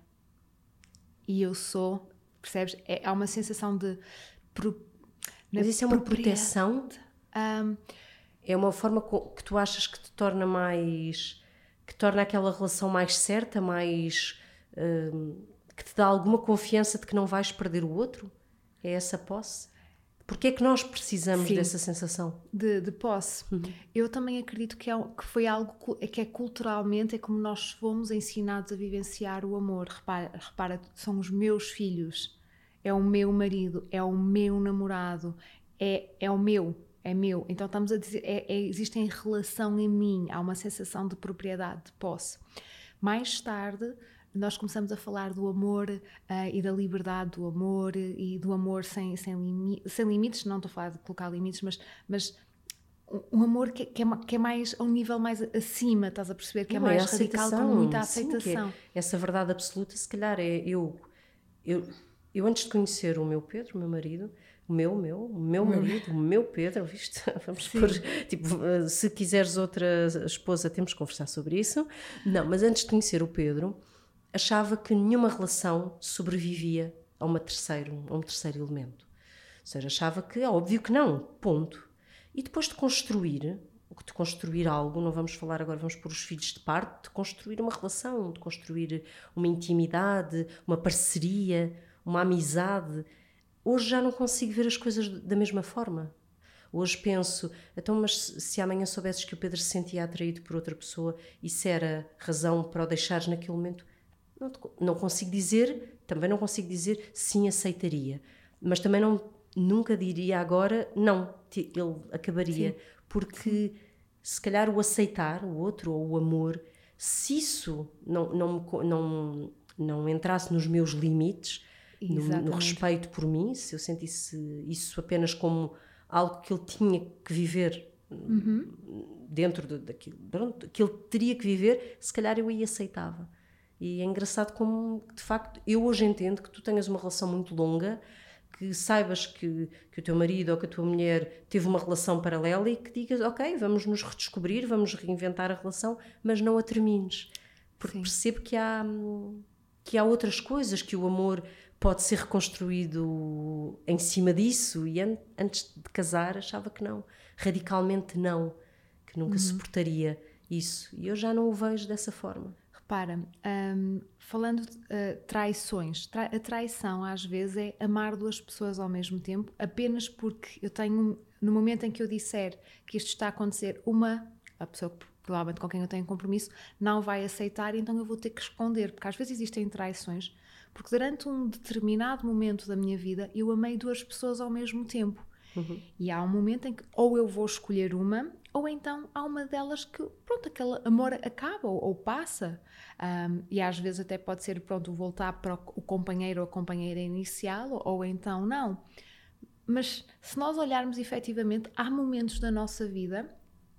S2: E eu sou... Percebes? É, há uma sensação de... Pro,
S1: Mas isso é uma proteção? Um, é uma forma que tu achas que te torna mais... que torna aquela relação mais certa, mais... Um, que te dá alguma confiança de que não vais perder o outro? É essa posse? Porquê é que nós precisamos Sim, dessa sensação?
S2: De, de posse. Uhum. Eu também acredito que, é, que foi algo que é culturalmente, é como nós fomos ensinados a vivenciar o amor. Repara, repara, são os meus filhos, é o meu marido, é o meu namorado, é, é o meu, é meu. Então estamos a dizer, é, é, existe em relação em mim, há uma sensação de propriedade, de posse. Mais tarde, nós começamos a falar do amor uh, e da liberdade do amor e do amor sem, sem, limi sem limites, não estou a falar de colocar limites, mas, mas um amor que, que, é, que é mais a um nível mais acima, estás a perceber? Que é
S1: Não,
S2: mais
S1: é
S2: radical, com muita
S1: sim,
S2: aceitação.
S1: Que é, essa verdade absoluta, se calhar é eu, eu, eu antes de conhecer o meu Pedro, o meu marido, o meu, o meu, o meu marido, o meu Pedro, viste? Vamos pôr, tipo, se quiseres outra esposa, temos que conversar sobre isso. Não, mas antes de conhecer o Pedro, achava que nenhuma relação sobrevivia a, uma terceiro, a um terceiro elemento. Ou seja, achava que é óbvio que não, ponto. E depois de construir, de construir algo, não vamos falar agora, vamos pôr os filhos de parte, de construir uma relação, de construir uma intimidade, uma parceria, uma amizade. Hoje já não consigo ver as coisas da mesma forma. Hoje penso, então, mas se amanhã soubesses que o Pedro se sentia atraído por outra pessoa, isso era razão para o deixares naquele momento? Não, não consigo dizer, também não consigo dizer sim, aceitaria. Mas também não, nunca diria agora, não, ele acabaria. Sim. Porque se calhar o aceitar o outro ou o amor, se isso não, não, não, não entrasse nos meus limites, no, no respeito por mim, se eu sentisse isso apenas como algo que ele tinha que viver uhum. dentro de, daquilo, pronto, que ele teria que viver, se calhar eu aí aceitava. E é engraçado como, de facto, eu hoje entendo que tu tenhas uma relação muito longa, que saibas que, que o teu marido ou que a tua mulher teve uma relação paralela e que digas, ok, vamos nos redescobrir, vamos reinventar a relação, mas não a termines. Porque Sim. percebo que há, que há outras coisas, que o amor pode ser reconstruído em cima disso, e an- antes de casar achava que não, radicalmente não, que nunca uhum. suportaria isso. E eu já não o vejo dessa forma.
S2: Repara, um, falando de uh, traições, tra a traição às vezes é amar duas pessoas ao mesmo tempo, apenas porque eu tenho, no momento em que eu disser que isto está a acontecer, uma, a pessoa que, provavelmente com quem eu tenho compromisso, não vai aceitar, então eu vou ter que esconder, porque às vezes existem traições, porque durante um determinado momento da minha vida eu amei duas pessoas ao mesmo tempo. Uhum. E há um momento em que ou eu vou escolher uma, ou então há uma delas que, pronto, aquele amor acaba ou, ou passa. Um, e às vezes até pode ser, pronto, voltar para o companheiro ou a companheira inicial, ou, ou então não. Mas se nós olharmos efetivamente, há momentos da nossa vida,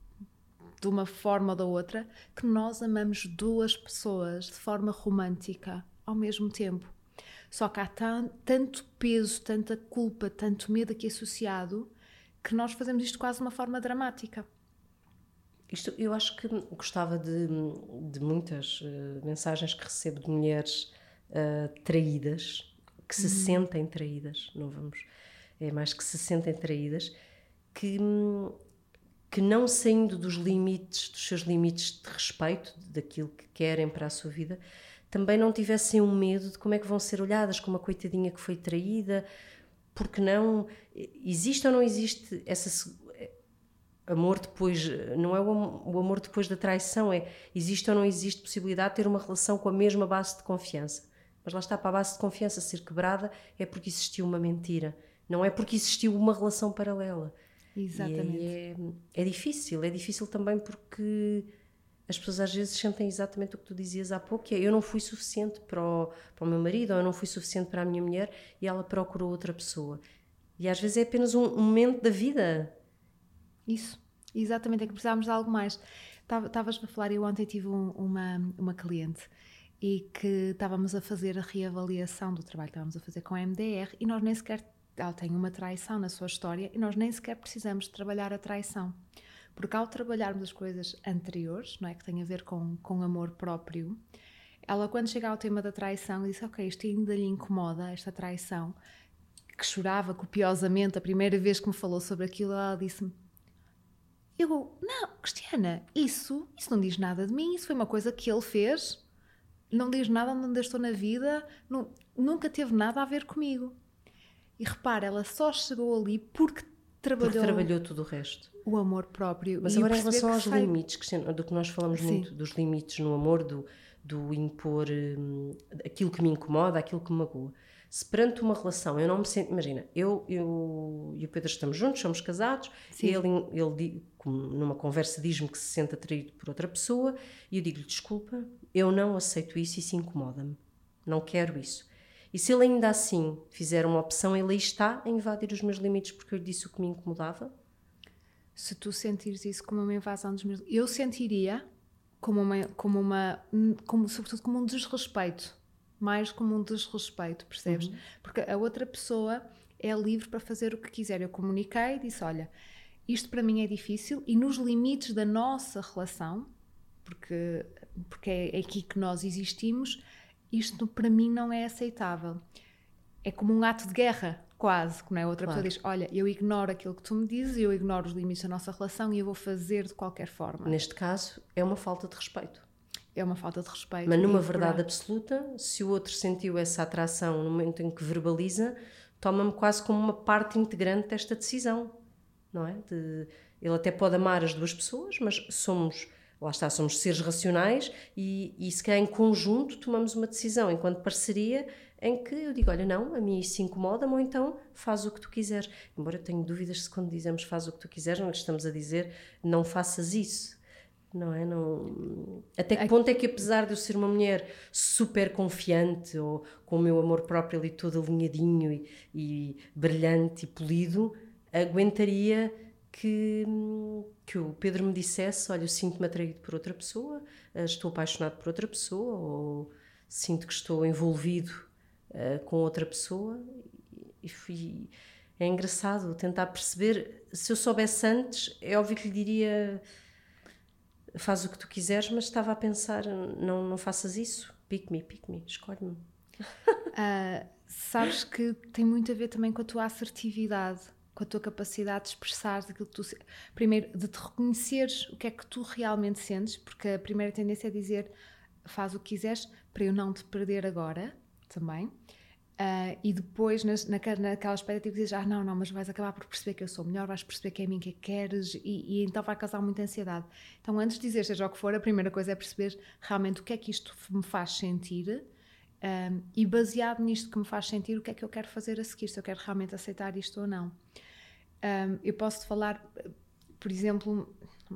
S2: de uma forma ou da outra, que nós amamos duas pessoas de forma romântica ao mesmo tempo. Só que há tanto peso, tanta culpa, tanto medo aqui associado, que nós fazemos isto quase de uma forma dramática.
S1: Isto, eu acho que gostava de, de muitas uh, mensagens que recebo de mulheres uh, traídas, que se uhum. sentem traídas, não vamos, é mais que se sentem traídas, que, que não saindo dos limites, dos seus limites de respeito, daquilo que querem para a sua vida, também não tivessem um medo de como é que vão ser olhadas, como uma coitadinha que foi traída, porque não, existe ou não existe essa amor depois, não é o amor depois da traição, é existe ou não existe possibilidade de ter uma relação com a mesma base de confiança, mas lá está, para a base de confiança ser quebrada é porque existiu uma mentira, não é porque existiu uma relação paralela.
S2: Exatamente.
S1: E é, é difícil, é difícil também porque as pessoas às vezes sentem exatamente o que tu dizias há pouco, que é eu não fui suficiente para o, para o meu marido, ou eu não fui suficiente para a minha mulher, e ela procurou outra pessoa. E às vezes é apenas um, um momento da vida.
S2: Isso, exatamente, é que precisávamos de algo mais. Estavas a falar, eu ontem tive um, uma, uma cliente e que estávamos a fazer a reavaliação do trabalho que estávamos a fazer com a M D R e nós nem sequer, ela tem uma traição na sua história e nós nem sequer precisamos de trabalhar a traição. Porque ao trabalharmos as coisas anteriores, não é, que tem a ver com, com amor próprio, ela quando chega ao tema da traição disse, ok, isto ainda lhe incomoda, esta traição, que chorava copiosamente a primeira vez que me falou sobre aquilo, ela disse-me, eu, não, Cristiana, isso, isso não diz nada de mim, isso foi uma coisa que ele fez, não diz nada onde eu estou na vida, não, nunca teve nada a ver comigo. E repara, ela só chegou ali porque trabalhou,
S1: porque trabalhou tudo o resto.
S2: O amor próprio.
S1: Mas
S2: e
S1: agora em relação aos
S2: sai...
S1: limites, Cristiana, do que nós falamos Sim. muito, dos limites no amor, do, do impor hum, aquilo que me incomoda, aquilo que me magoa. Se perante uma relação eu não me sinto... Imagina, eu, eu e o Pedro estamos juntos, somos casados, ele, ele numa conversa diz-me que se sente atraído por outra pessoa e eu digo-lhe, desculpa, eu não aceito isso e isso incomoda-me. Não quero isso. E se ele ainda assim fizer uma opção, ele aí está a invadir os meus limites porque eu lhe disse o que me incomodava?
S2: Se tu sentires isso como uma invasão dos meus... Eu sentiria como uma... Como uma como, sobretudo como um desrespeito. Mais como um desrespeito, percebes? Uhum. Porque a outra pessoa é livre para fazer o que quiser. Eu comuniquei e disse, olha, isto para mim é difícil e nos limites da nossa relação, porque, porque é aqui que nós existimos, isto para mim não é aceitável. É como um ato de guerra, quase, não é? Outra claro. Pessoa diz, olha, eu ignoro aquilo que tu me dizes, eu ignoro os limites da nossa relação e eu vou fazer de qualquer forma.
S1: Neste caso, é uma falta de respeito.
S2: É uma falta de respeito.
S1: Mas numa verdade absoluta, se o outro sentiu essa atração no momento em que verbaliza, toma-me quase como uma parte integrante desta decisão, não é? De, ele até pode amar as duas pessoas, mas somos, lá está, somos seres racionais e, e se calhar em conjunto tomamos uma decisão, enquanto parceria, em que eu digo, olha, não, a mim isso incomoda-me, ou então faz o que tu quiseres. Embora eu tenha dúvidas se quando dizemos faz o que tu quiseres, não estamos a dizer não faças isso. Não é? Não... Até que ponto é que, apesar de eu ser uma mulher super confiante ou com o meu amor próprio ali todo alinhadinho e, e brilhante e polido, aguentaria que, que o Pedro me dissesse, olha, eu sinto-me atraído por outra pessoa, estou apaixonado por outra pessoa, ou sinto que estou envolvido uh, com outra pessoa. E fui... É engraçado tentar perceber. Se eu soubesse antes, é óbvio que lhe diria... Faz o que tu quiseres, mas estava a pensar, não, não faças isso, pick me, pick me, escolhe-me.
S2: Uh, sabes que tem muito a ver também com a tua assertividade, com a tua capacidade de expressar aquilo que tu... Primeiro, de te reconheceres o que é que tu realmente sentes, porque a primeira tendência é dizer, faz o que quiseres, para eu não te perder agora, também. Uh, e depois, nas, naquela, naquela expectativa, dizes, ah, não, não, mas vais acabar por perceber que eu sou melhor, vais perceber que é a mim que queres, e, e então vai causar muita ansiedade. Então, antes de dizer seja o que for, a primeira coisa é perceber realmente o que é que isto me faz sentir, um, e baseado nisto que me faz sentir, o que é que eu quero fazer a seguir, se eu quero realmente aceitar isto ou não. Um, eu posso-te falar, por exemplo,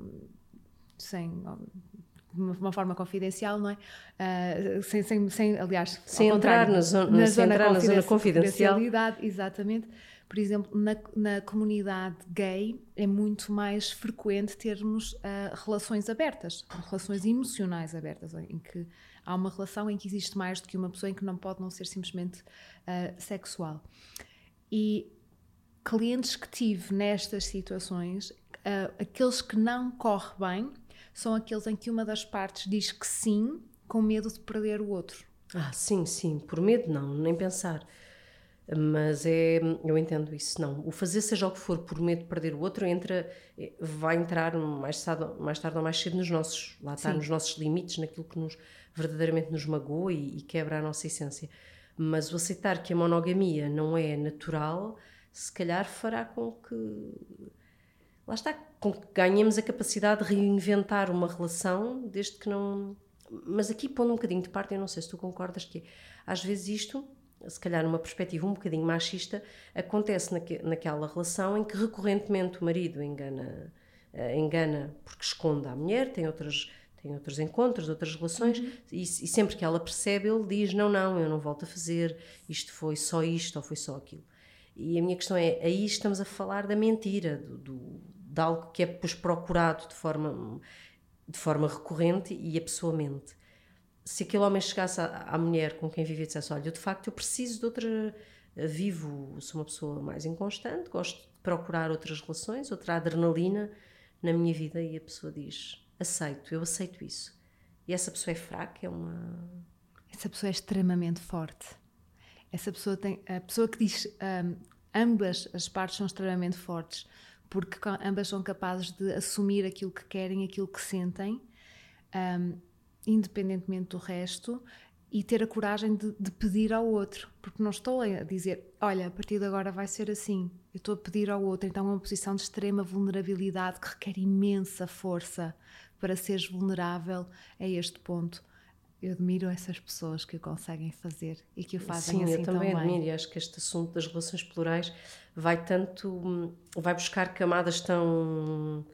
S2: sem... de uma forma confidencial, não é? Uh, sem, sem, sem, aliás,
S1: sem entrar na zona,
S2: na
S1: sem
S2: zona,
S1: entrar na zona confidencial.
S2: Exatamente. Por exemplo, na, na comunidade gay é muito mais frequente termos uh, relações abertas, relações emocionais abertas, em que há uma relação em que existe mais do que uma pessoa, em que não pode não ser simplesmente uh, sexual. E clientes que tive nestas situações, uh, aqueles que não corre bem, são aqueles em que uma das partes diz que sim, com medo de perder o outro.
S1: Ah, sim, sim. Por medo não, nem pensar. Mas é, eu entendo isso, não. O fazer seja o que for por medo de perder o outro, entra, vai entrar mais tarde, mais tarde ou mais cedo nos nossos, lá está, sim. nos nossos limites, naquilo que nos, verdadeiramente nos magoa e, e quebra a nossa essência. Mas o aceitar que a monogamia não é natural, se calhar fará com que... Lá está, com que ganhemos a capacidade de reinventar uma relação, desde que não... Mas aqui, pondo um bocadinho de parte, eu não sei se tu concordas que às vezes isto, se calhar numa perspectiva um bocadinho machista, acontece naque, naquela relação em que recorrentemente o marido engana, uh, engana porque esconde a mulher, tem, outras, tem outros encontros, outras relações, uhum. e, e sempre que ela percebe, ele diz, não, não, eu não volto a fazer, isto foi só isto ou foi só aquilo. E a minha questão é, aí estamos a falar da mentira, do, do, de algo que é depois procurado de forma, de forma recorrente e a pessoa mente. Se aquele homem chegasse à, à mulher com quem vive e dissesse, olha, eu de facto eu preciso de outra, vivo, sou uma pessoa mais inconstante, gosto de procurar outras relações, outra adrenalina na minha vida, e a pessoa diz, aceito, eu aceito isso. E essa pessoa é fraca, é uma...
S2: Essa pessoa é extremamente forte. Essa pessoa tem, a pessoa que diz um, ambas as partes são extremamente fortes, porque ambas são capazes de assumir aquilo que querem, aquilo que sentem, um, independentemente do resto, e ter a coragem de, de pedir ao outro, porque não estou a dizer, olha, a partir de agora vai ser assim, eu estou a pedir ao outro. Então é uma posição de extrema vulnerabilidade que requer imensa força para seres vulnerável a este ponto. eu admiro essas pessoas que o conseguem fazer e que o fazem
S1: Sim,
S2: assim
S1: eu também
S2: tão
S1: admiro
S2: bem.
S1: e acho que este assunto das relações plurais vai tanto, vai buscar camadas tão...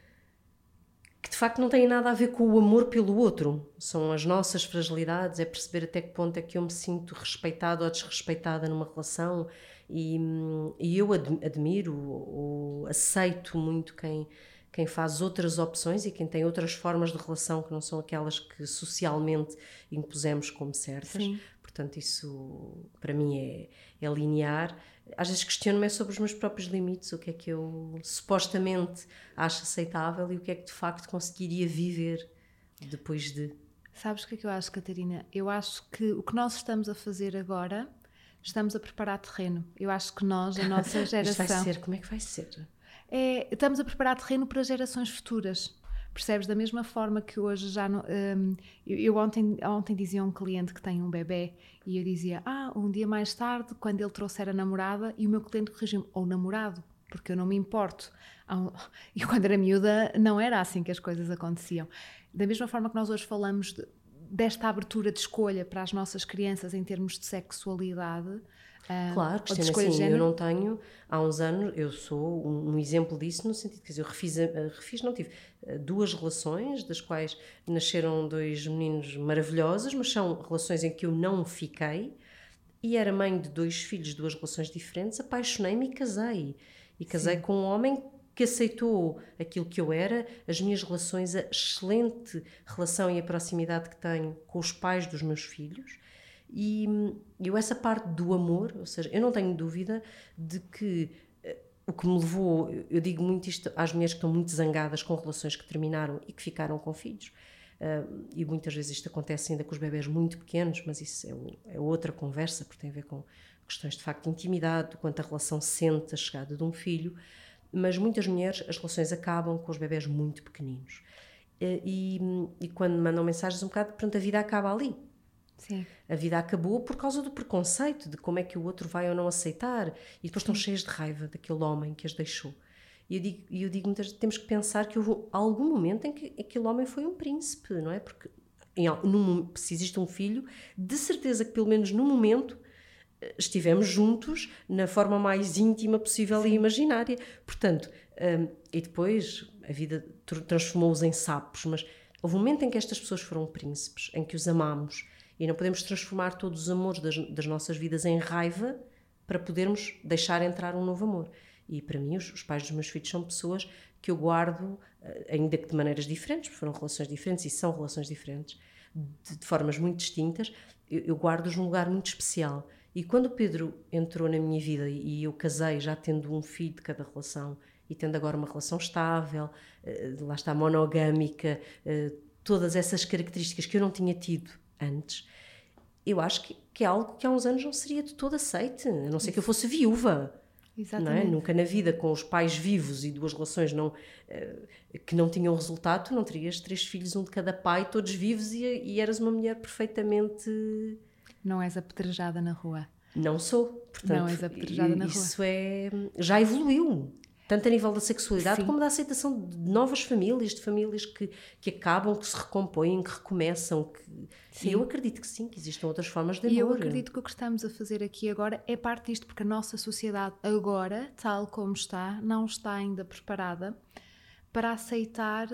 S1: que de facto não têm nada a ver com o amor pelo outro. São as nossas fragilidades, é perceber até que ponto é que eu me sinto respeitado ou desrespeitada numa relação e, e eu admiro ou aceito muito quem, quem faz outras opções e quem tem outras formas de relação que não são aquelas que socialmente impusemos como certas.
S2: Sim.
S1: Portanto, isso para mim é, é linear. Às vezes questiono-me sobre os meus próprios limites, o que é que eu supostamente acho aceitável e o que é que de facto conseguiria viver depois de...
S2: Sabes o que é que eu acho, Catarina? Eu acho que o que nós estamos a fazer agora, estamos a preparar terreno. Eu acho que nós, a nossa geração...
S1: Isto vai ser, como é que vai ser?
S2: É, estamos a preparar terreno para gerações futuras. Percebes? Da mesma forma que hoje já não... Um, eu eu ontem, ontem dizia a um cliente que tem um bebê e eu dizia, ah, um dia mais tarde, quando ele trouxer a namorada, e o meu cliente corrigiu-me, ou namorado, porque eu não me importo. E quando era miúda não era assim que as coisas aconteciam. Da mesma forma que nós hoje falamos de, desta abertura de escolha para as nossas crianças em termos de sexualidade...
S1: Claro,
S2: ou de
S1: Cristina,
S2: escolha de
S1: assim, eu
S2: género.
S1: não tenho, há uns anos, eu sou um, um exemplo disso, no sentido que eu refiz, refiz, não tive duas relações, das quais nasceram dois meninos maravilhosos, mas são relações em que eu não fiquei, e era mãe de dois filhos de duas relações diferentes, apaixonei-me e casei. E casei
S2: Sim.
S1: com um homem que aceitou aquilo que eu era, as minhas relações, a excelente relação e a proximidade que tenho com os pais dos meus filhos. E eu essa parte do amor, ou seja, eu não tenho dúvida de que uh, o que me levou, eu digo muito isto às mulheres que estão muito zangadas com relações que terminaram e que ficaram com filhos, uh, e muitas vezes isto acontece ainda com os bebés muito pequenos, mas isso é, o, é outra conversa, porque tem a ver com questões de facto de intimidade, do quanto a relação sente a chegada de um filho, mas muitas mulheres, as relações acabam com os bebés muito pequeninos. Uh, e, e quando me mandam mensagens um bocado, pronto, a vida acaba ali.
S2: Sim.
S1: A vida acabou por causa do preconceito, de como é que o outro vai ou não aceitar, e depois Sim. estão cheias de raiva daquele homem que as deixou. E eu digo, eu digo muitas vezes, temos que pensar que houve algum momento em que aquele homem foi um príncipe, não é? Porque em, num, se existe um filho, de certeza que pelo menos no momento estivemos juntos na forma mais íntima possível Sim. e imaginária. Portanto, um, e depois a vida transformou-os em sapos, mas houve um momento em que estas pessoas foram príncipes, em que os amámos. E não podemos transformar todos os amores das, das nossas vidas em raiva para podermos deixar entrar um novo amor. E para mim, os, os pais dos meus filhos são pessoas que eu guardo, ainda que de maneiras diferentes, porque foram relações diferentes e são relações diferentes, de, de formas muito distintas, eu, eu guardo-os num lugar muito especial. E quando o Pedro entrou na minha vida e eu casei, já tendo um filho de cada relação e tendo agora uma relação estável, lá está, monogâmica, todas essas características que eu não tinha tido antes, eu acho que, que é algo que há uns anos não seria de todo aceite, a não ser que eu fosse viúva.
S2: Exatamente.
S1: Não é? Nunca na vida, com os pais vivos e duas relações não, uh, que não tinham resultado, tu não terias três filhos, um de cada pai, todos vivos, e, e eras uma mulher perfeitamente...
S2: Não és apedrejada na rua.
S1: Não sou. Portanto,
S2: não és apedrejada na rua.
S1: Isso é, já evoluiu. Tanto a nível da sexualidade Sim. como da aceitação de novas famílias, de famílias que, que acabam, que se recompõem, que recomeçam. Que... E eu acredito que sim, que existam outras formas de amor.
S2: E eu acredito que o que estamos a fazer aqui agora é parte disto, porque a nossa sociedade agora, tal como está, não está ainda preparada para aceitar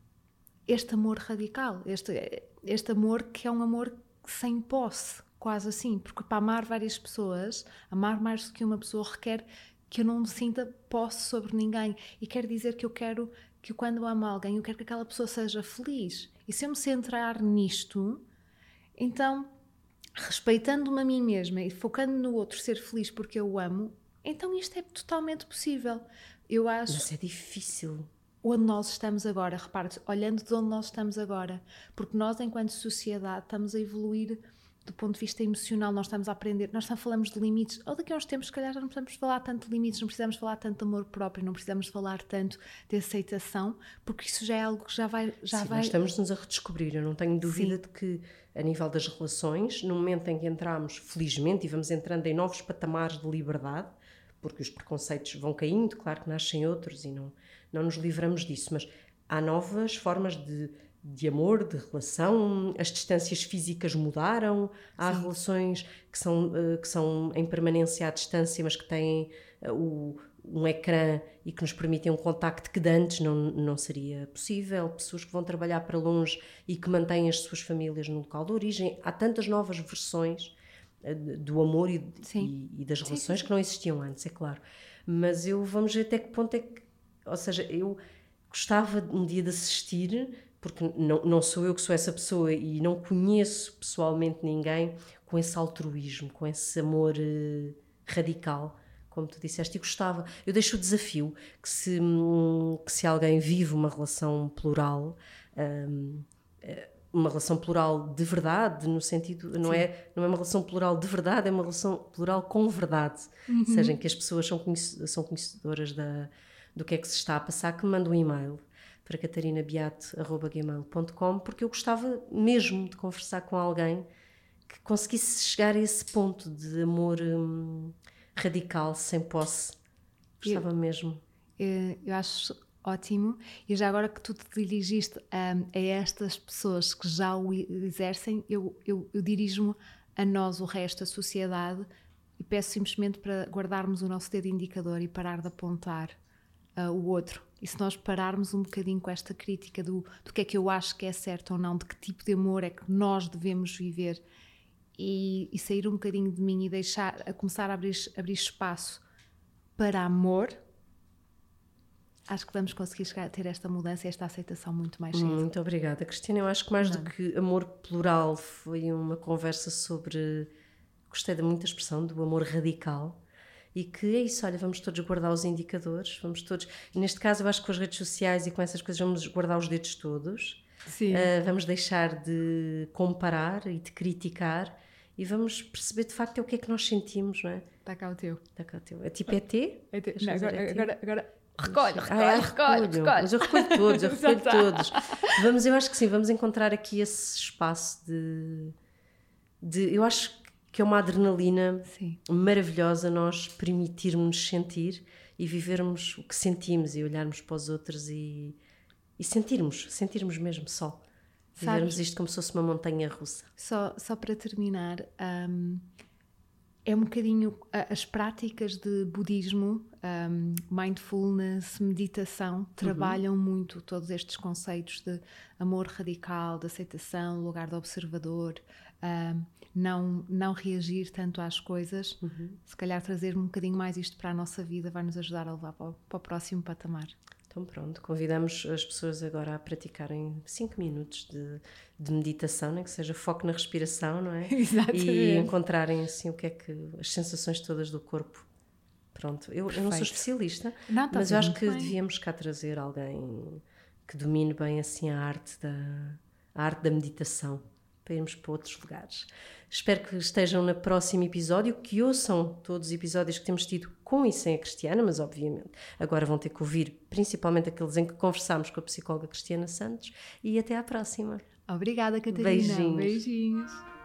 S2: este amor radical, este, este amor que é um amor sem posse, quase assim, porque para amar várias pessoas, amar mais do que uma pessoa requer que eu não sinta posse sobre ninguém, e quer dizer que eu quero que quando eu amo alguém, eu quero que aquela pessoa seja feliz, e se eu me centrar nisto, então, respeitando-me a mim mesma e focando no outro ser feliz porque eu o amo, então isto é totalmente possível. Eu acho...
S1: Mas é difícil.
S2: Onde nós estamos agora, repare, olhando de onde nós estamos agora, porque nós enquanto sociedade estamos a evoluir do ponto de vista emocional, nós estamos a aprender, nós falamos de limites, ou daqui a uns tempos se calhar já não precisamos falar tanto de limites, não precisamos falar tanto de amor próprio, não precisamos falar tanto de aceitação, porque isso já é algo que já vai... Já
S1: Sim,
S2: vai...
S1: nós estamos-nos a redescobrir, eu não tenho dúvida
S2: Sim.
S1: de que a nível das relações, no momento em que entramos, felizmente, e vamos entrando em novos patamares de liberdade, porque os preconceitos vão caindo, claro que nascem outros e não, não nos livramos disso, mas há novas formas de de amor, de relação, as distâncias físicas mudaram, há Sim. relações que são, uh, que são em permanência à distância, mas que têm uh, o, um ecrã e que nos permitem um contacto que de antes não, não seria possível, pessoas que vão trabalhar para longe e que mantêm as suas famílias no local de origem. Há tantas novas versões uh, do amor e, e, e das relações sim, sim. que não existiam antes, é claro. Mas eu, vamos ver até que ponto é que, ou seja, eu gostava um dia de assistir, porque não, não sou eu que sou essa pessoa e não conheço pessoalmente ninguém com esse altruísmo, com esse amor uh, radical, como tu disseste, e gostava. Eu deixo o desafio que se, que se alguém vive uma relação plural, um, uma relação plural de verdade, no sentido, não é, não é uma relação plural de verdade, é uma relação plural com verdade, uhum. ou seja, em que as pessoas são, conhece, são conhecedoras da, do que é que se está a passar, que me manda um e-mail para catarina beate arroba gmail ponto com, porque eu gostava mesmo de conversar com alguém que conseguisse chegar a esse ponto de amor hum, radical, sem posse. Gostava eu, mesmo.
S2: Eu, eu acho ótimo. E já agora que tu te dirigiste um, a estas pessoas que já o exercem, eu, eu, eu dirijo-me a nós, o resto da sociedade, e peço simplesmente para guardarmos o nosso dedo indicador e parar de apontar uh, o outro. E se nós pararmos um bocadinho com esta crítica do, do que é que eu acho que é certo ou não, de que tipo de amor é que nós devemos viver, e, e sair um bocadinho de mim e deixar, a começar a abrir, abrir espaço para amor, acho que vamos conseguir chegar a ter esta mudança e esta aceitação muito mais cedo.
S1: Muito obrigada, Cristina. Eu acho que mais não. do que amor plural foi uma conversa sobre, gostei de muita expressão, do amor radical. E que é isso, olha, vamos todos guardar os indicadores, vamos todos, e neste caso eu acho que com as redes sociais e com essas coisas vamos guardar os dedos todos. Sim. Uh, vamos deixar de comparar e de criticar e vamos perceber de facto é o que é que nós sentimos, não é?
S2: Está cá o teu.
S1: Está cá o teu. É tipo E T?
S2: É T. Não, agora, é agora, agora recolhe, recolhe,
S1: ah, é,
S2: recolhe, recolhe.
S1: Mas eu recolho todos, eu recolho todos. Vamos, eu acho que sim, vamos encontrar aqui esse espaço de... de eu acho que é uma adrenalina sim. maravilhosa nós permitirmos-nos sentir e vivermos o que sentimos e olharmos para os outros e, e sentirmos, sentirmos mesmo só. Sabes, vivermos isto como se fosse uma montanha russa.
S2: Só, só para terminar, um, é um bocadinho as práticas de budismo, um, mindfulness, meditação, trabalham uhum. muito todos estes conceitos de amor radical, de aceitação, lugar do observador, um, não, não reagir tanto às coisas, uhum. se calhar trazer um bocadinho mais isto para a nossa vida vai nos ajudar a levar para o, para o próximo patamar.
S1: Então pronto, convidamos as pessoas agora a praticarem cinco minutos de, de meditação, nem que seja foco na respiração, não é?
S2: Exatamente.
S1: E encontrarem assim o que é que, as sensações todas do corpo. Pronto, eu, eu não sou especialista, não, mas eu acho que bem. devíamos cá trazer alguém que domine bem assim a arte da, a arte da meditação, para irmos para outros lugares. Espero que estejam no próximo episódio, que ouçam todos os episódios que temos tido com e sem a Cristiana, mas obviamente agora vão ter que ouvir principalmente aqueles em que conversámos com a psicóloga Cristiana Santos, e até à próxima.
S2: Obrigada, Catarina.
S1: Beijinhos.
S2: Beijinhos.